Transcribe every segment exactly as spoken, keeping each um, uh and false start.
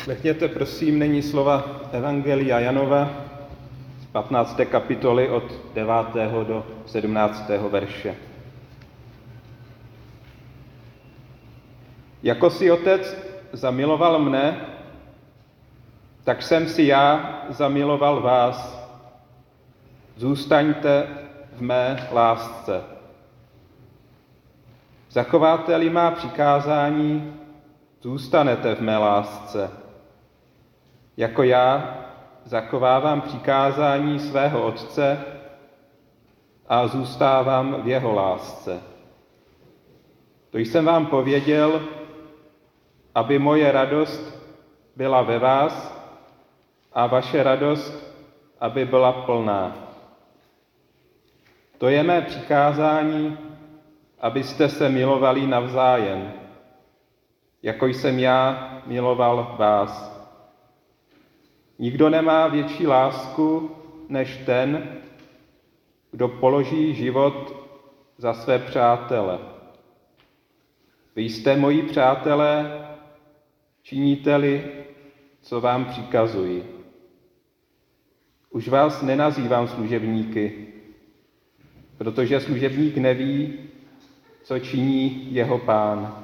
Poslechněte prosím nyní slova Evangelia Janova z patnácté kapitoly od devátého do sedmnáctého verše. Jako si Otec zamiloval mne, tak jsem si já zamiloval vás. Zůstaňte v mé lásce. Zachováte-li má přikázání, zůstanete v mé lásce. Jako já zachovávám přikázání svého Otce a zůstávám v jeho lásce. To jsem vám pověděl, aby moje radost byla ve vás a vaše radost, aby byla plná. To je mé přikázání, abyste se milovali navzájem, jako jsem já miloval vás. Nikdo nemá větší lásku než ten, kdo položí život za své přátele. Vy jste moji přátelé, činíte-li, co vám přikazuji. Už vás nenazývám služebníky, protože služebník neví, co činí jeho pán.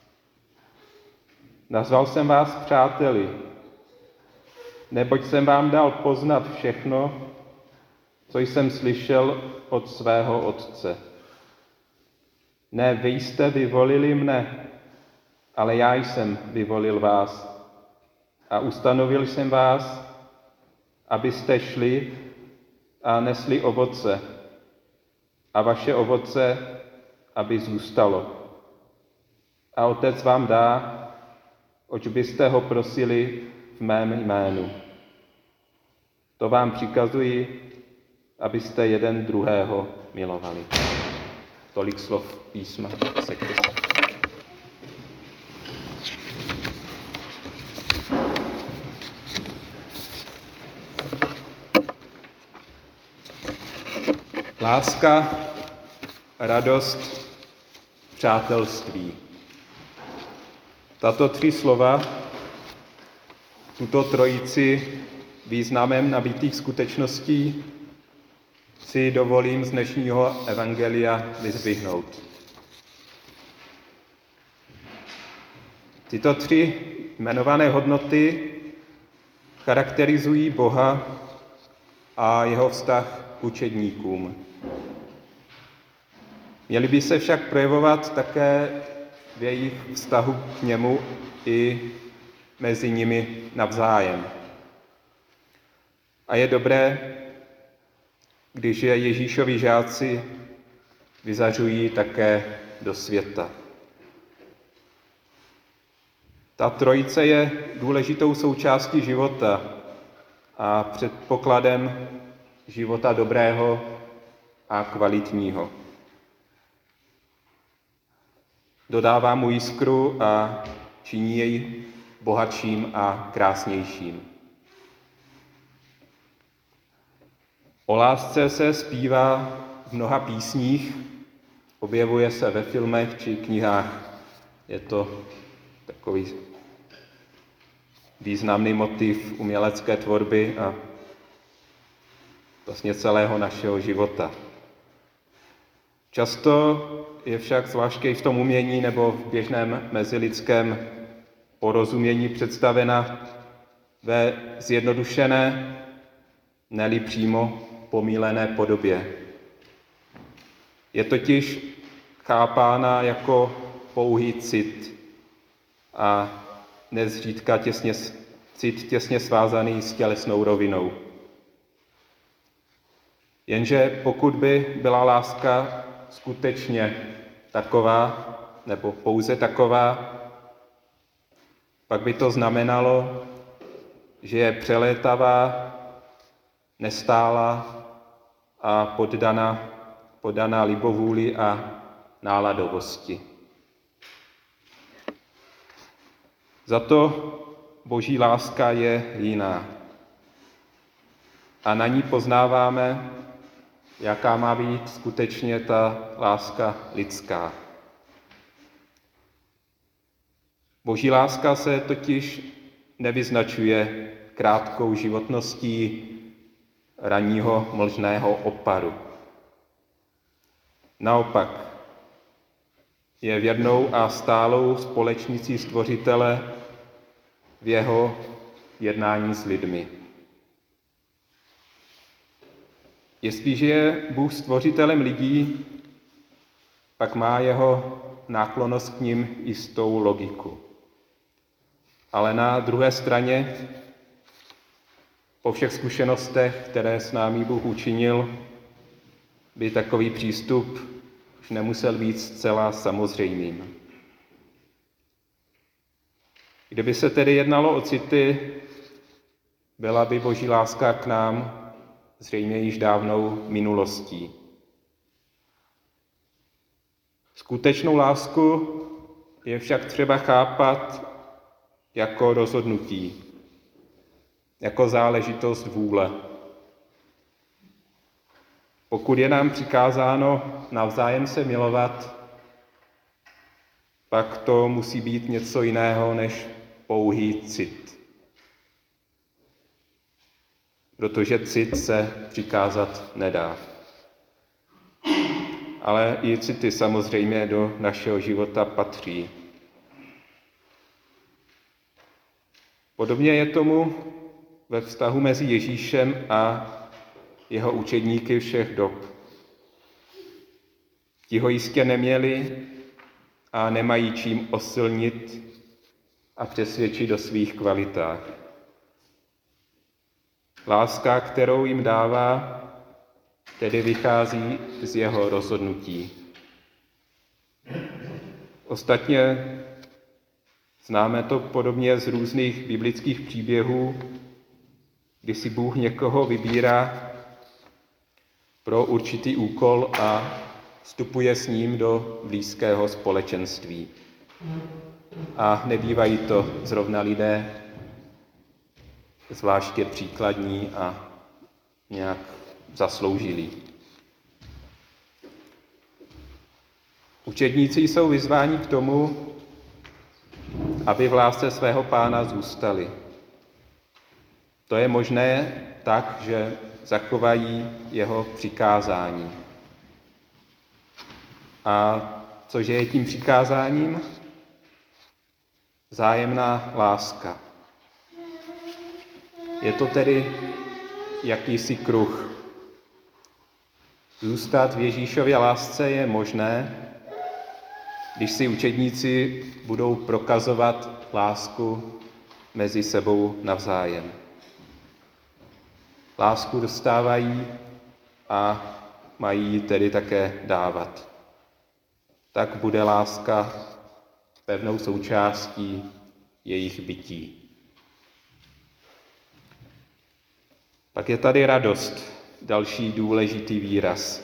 Nazval jsem vás přáteli, neboť jsem vám dal poznat všechno, co jsem slyšel od svého Otce. Ne, vy jste vyvolili mne, ale já jsem vyvolil vás a ustanovil jsem vás, abyste šli a nesli ovoce a vaše ovoce, aby zůstalo. A Otec vám dá, oč byste ho prosili v mém jménu. To vám přikazuji, abyste jeden druhého milovali. Tolik slov písma se Krista. Láska, radost, přátelství. Tato tři slova, tuto trojici významem nabitých skutečností, si dovolím z dnešního evangelia vyzdvihnout. Tyto tři jmenované hodnoty charakterizují Boha a jeho vztah k učedníkům. Měly by se však projevovat také v jejich vztahu k němu i mezi nimi navzájem. A je dobré, když je Ježíšovi žáci vyzařují také do světa. Ta trojice je důležitou součástí života a předpokladem života dobrého a kvalitního. Dodává mu jiskru a činí jej bohatším a krásnějším. O lásce se zpívá v mnoha písních, objevuje se ve filmech či knihách. Je to takový významný motiv umělecké tvorby a vlastně celého našeho života. Často je však zvláště i v tom umění nebo v běžném mezilidském porozumění představena ve zjednodušené, ne-li přímo pomílené podobě. Je totiž chápána jako pouhý cit a nezřídka těsně, cit těsně svázaný s tělesnou rovinou. Jenže pokud by byla láska skutečně taková, nebo pouze taková, pak by to znamenalo, že je přelétavá, nestálá a poddaná, poddaná libovůli a náladovosti. Za to Boží láska je jiná. A na ní poznáváme, jaká má být skutečně ta láska lidská. Boží láska se totiž nevyznačuje krátkou životností ranního mlžného oparu. Naopak, je věrnou a stálou společnicí Stvořitele v jeho jednání s lidmi. Jestliže je Bůh stvořitelem lidí, pak má jeho náklonnost k nim jistou logiku. Ale na druhé straně, po všech zkušenostech, které s námi Bůh učinil, by takový přístup už nemusel být zcela samozřejmým. Kdyby se tedy jednalo o city, byla by Boží láska k nám zřejmě již dávnou minulostí. Skutečnou lásku je však třeba chápat jako rozhodnutí, jako záležitost vůle. Pokud je nám přikázáno navzájem se milovat, pak to musí být něco jiného než pouhý cit. Protože cit se přikázat nedá. Ale i city samozřejmě do našeho života patří. Podobně je tomu ve vztahu mezi Ježíšem a jeho učedníky všech dob. Ti ho jistě neměli a nemají čím osilnit a přesvědčit o svých kvalitách. Láska, kterou jim dává, tedy vychází z jeho rozhodnutí. Ostatně známe to podobně z různých biblických příběhů, kdy si Bůh někoho vybírá pro určitý úkol a vstupuje s ním do blízkého společenství. A nebývají to zrovna lidé zvláště příkladní a nějak zasloužilí. Učedníci jsou vyzváni k tomu, aby v lásce svého Pána zůstali. To je možné tak, že zachovají jeho přikázání. A cože je tím přikázáním? Vzájemná láska. Je to tedy jakýsi kruh. Zůstat v Ježíšově lásce je možné, když si učedníci budou prokazovat lásku mezi sebou navzájem. Lásku dostávají a mají ji tedy také dávat. Tak bude láska pevnou součástí jejich bytí. Pak je tady radost, další důležitý výraz.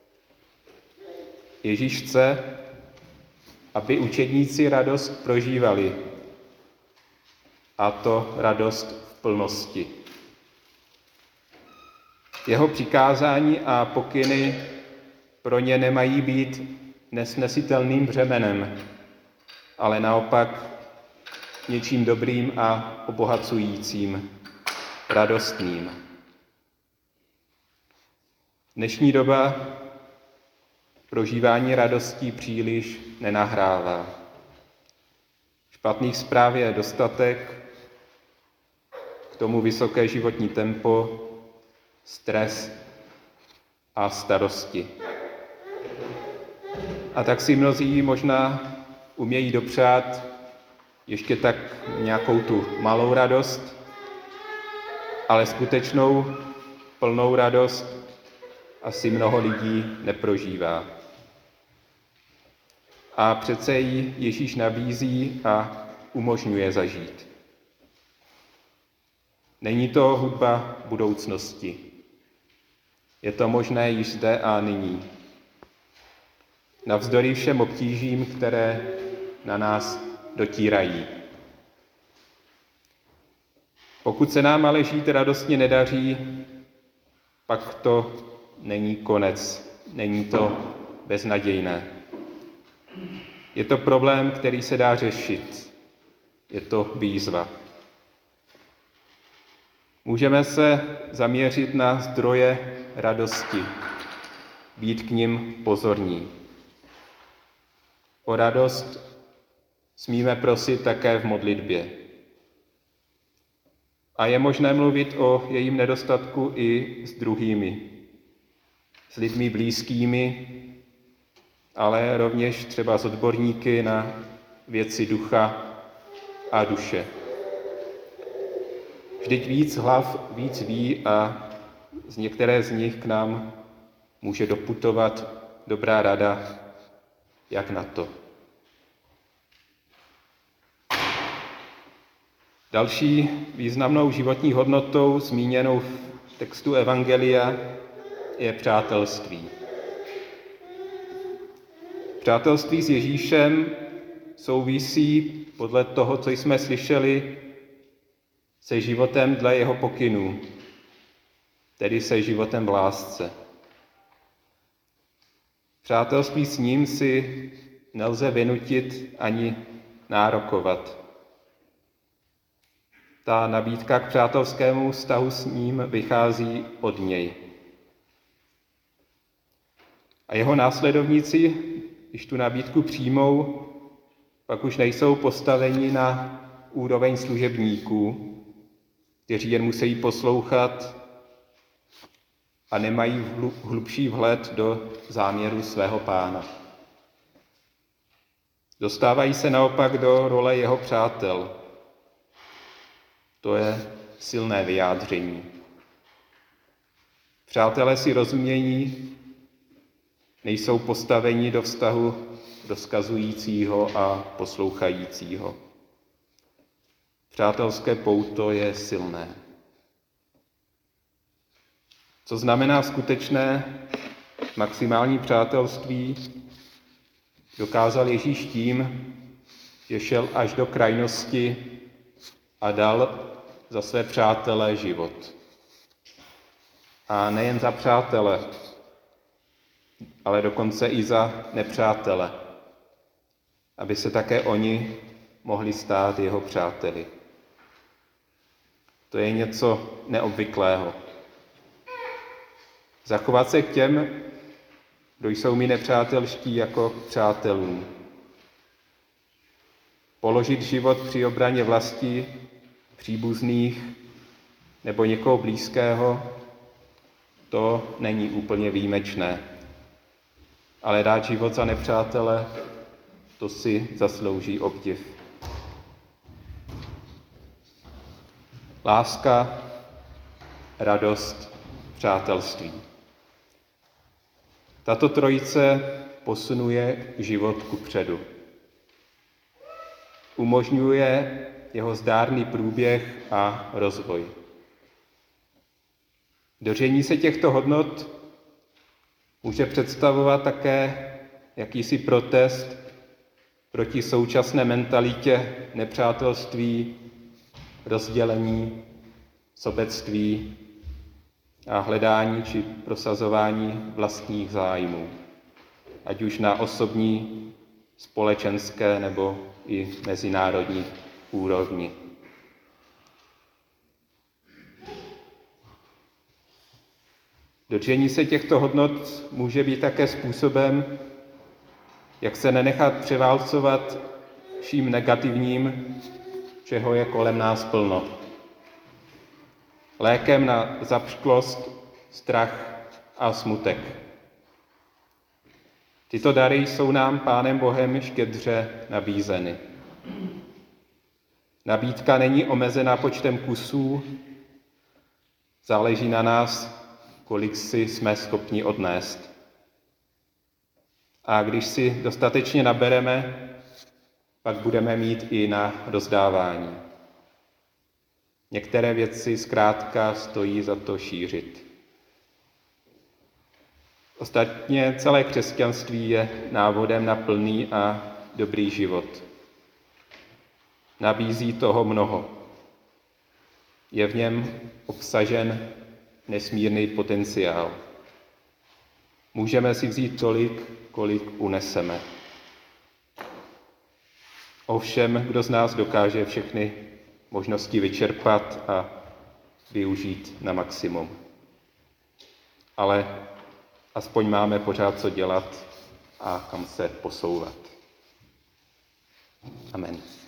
Ježíš chce, aby učedníci radost prožívali, a to radost v plnosti. Jeho přikázání a pokyny pro ně nemají být nesnesitelným břemenem, ale naopak něčím dobrým a obohacujícím, radostným. Dnešní doba prožívání radostí příliš nenahrává. Špatných zpráv je dostatek, k tomu vysoké životní tempo, stres a starosti. A tak si mnozí možná umějí dopřát ještě tak nějakou tu malou radost, ale skutečnou plnou radost asi mnoho lidí neprožívá. A přece ji Ježíš nabízí a umožňuje zažít. Není to hudba budoucnosti. Je to možné již zde a nyní. Navzdory všem obtížím, které na nás dotírají. Pokud se nám ale žít radostně nedaří, pak to není konec, není to beznadějné. Je to problém, který se dá řešit. Je to výzva. Můžeme se zaměřit na zdroje radosti, být k nim pozorní. O radost smíme prosit také v modlitbě. A je možné mluvit o jejím nedostatku i s druhými, s lidmi blízkými, ale rovněž třeba s odborníky na věci ducha a duše. Vždyť víc hlav víc ví a z některé z nich k nám může doputovat dobrá rada, jak na to. Další významnou životní hodnotou zmíněnou v textu Evangelia je přátelství. Přátelství s Ježíšem souvisí podle toho, co jsme slyšeli, se životem dle jeho pokynů, tedy se životem v lásce. Přátelství s ním si nelze vynutit ani nárokovat. Ta nabídka k přátelskému vztahu s ním vychází od něj. A jeho následovníci, když tu nabídku přijmou, pak už nejsou postaveni na úroveň služebníků, kteří jen musí poslouchat a nemají hlubší vhled do záměru svého pána. Dostávají se naopak do role jeho přátel. To je silné vyjádření. Přátelé si rozumění, nejsou postaveni do vztahu rozkazujícího a poslouchajícího. Přátelské pouto je silné. Co znamená skutečné maximální přátelství, dokázal Ježíš tím, že šel až do krajnosti a dal za své přátele život. A nejen za přátele, ale dokonce i za nepřátele, aby se také oni mohli stát jeho přáteli. To je něco neobvyklého. Zachovat se k těm, kdo jsou mi nepřátelští, jako k přátelům. Položit život při obraně vlasti, příbuzných nebo někoho blízkého, to není úplně výjimečné. Ale dát život za nepřátele, to si zaslouží obdiv. Láska, radost, přátelství. Tato trojice posunuje život kupředu. Umožňuje jeho zdárný průběh a rozvoj. Doření se těchto hodnot může představovat také jakýsi protest proti současné mentalitě nepřátelství, rozdělení, sobectví a hledání či prosazování vlastních zájmů, ať už na osobní, společenské nebo i mezinárodní úrovni. Dotčení se těchto hodnot může být také způsobem, jak se nenechat převálcovat vším negativním, čeho je kolem nás plno. Lékem na zapšklost, strach a smutek. Tyto dary jsou nám Pánem Bohem štědře nabízeny. Nabídka není omezená počtem kusů, záleží na nás, kolik si jsme schopni odnést. A když si dostatečně nabereme, pak budeme mít i na rozdávání. Některé věci zkrátka stojí za to šířit. Ostatně celé křesťanství je návodem na plný a dobrý život. Nabízí toho mnoho. Je v něm obsažen nesmírný potenciál. Můžeme si vzít tolik, kolik uneseme. Ovšem, kdo z nás dokáže všechny možnosti vyčerpat a využít na maximum. Ale aspoň máme pořád co dělat a kam se posouvat. Amen.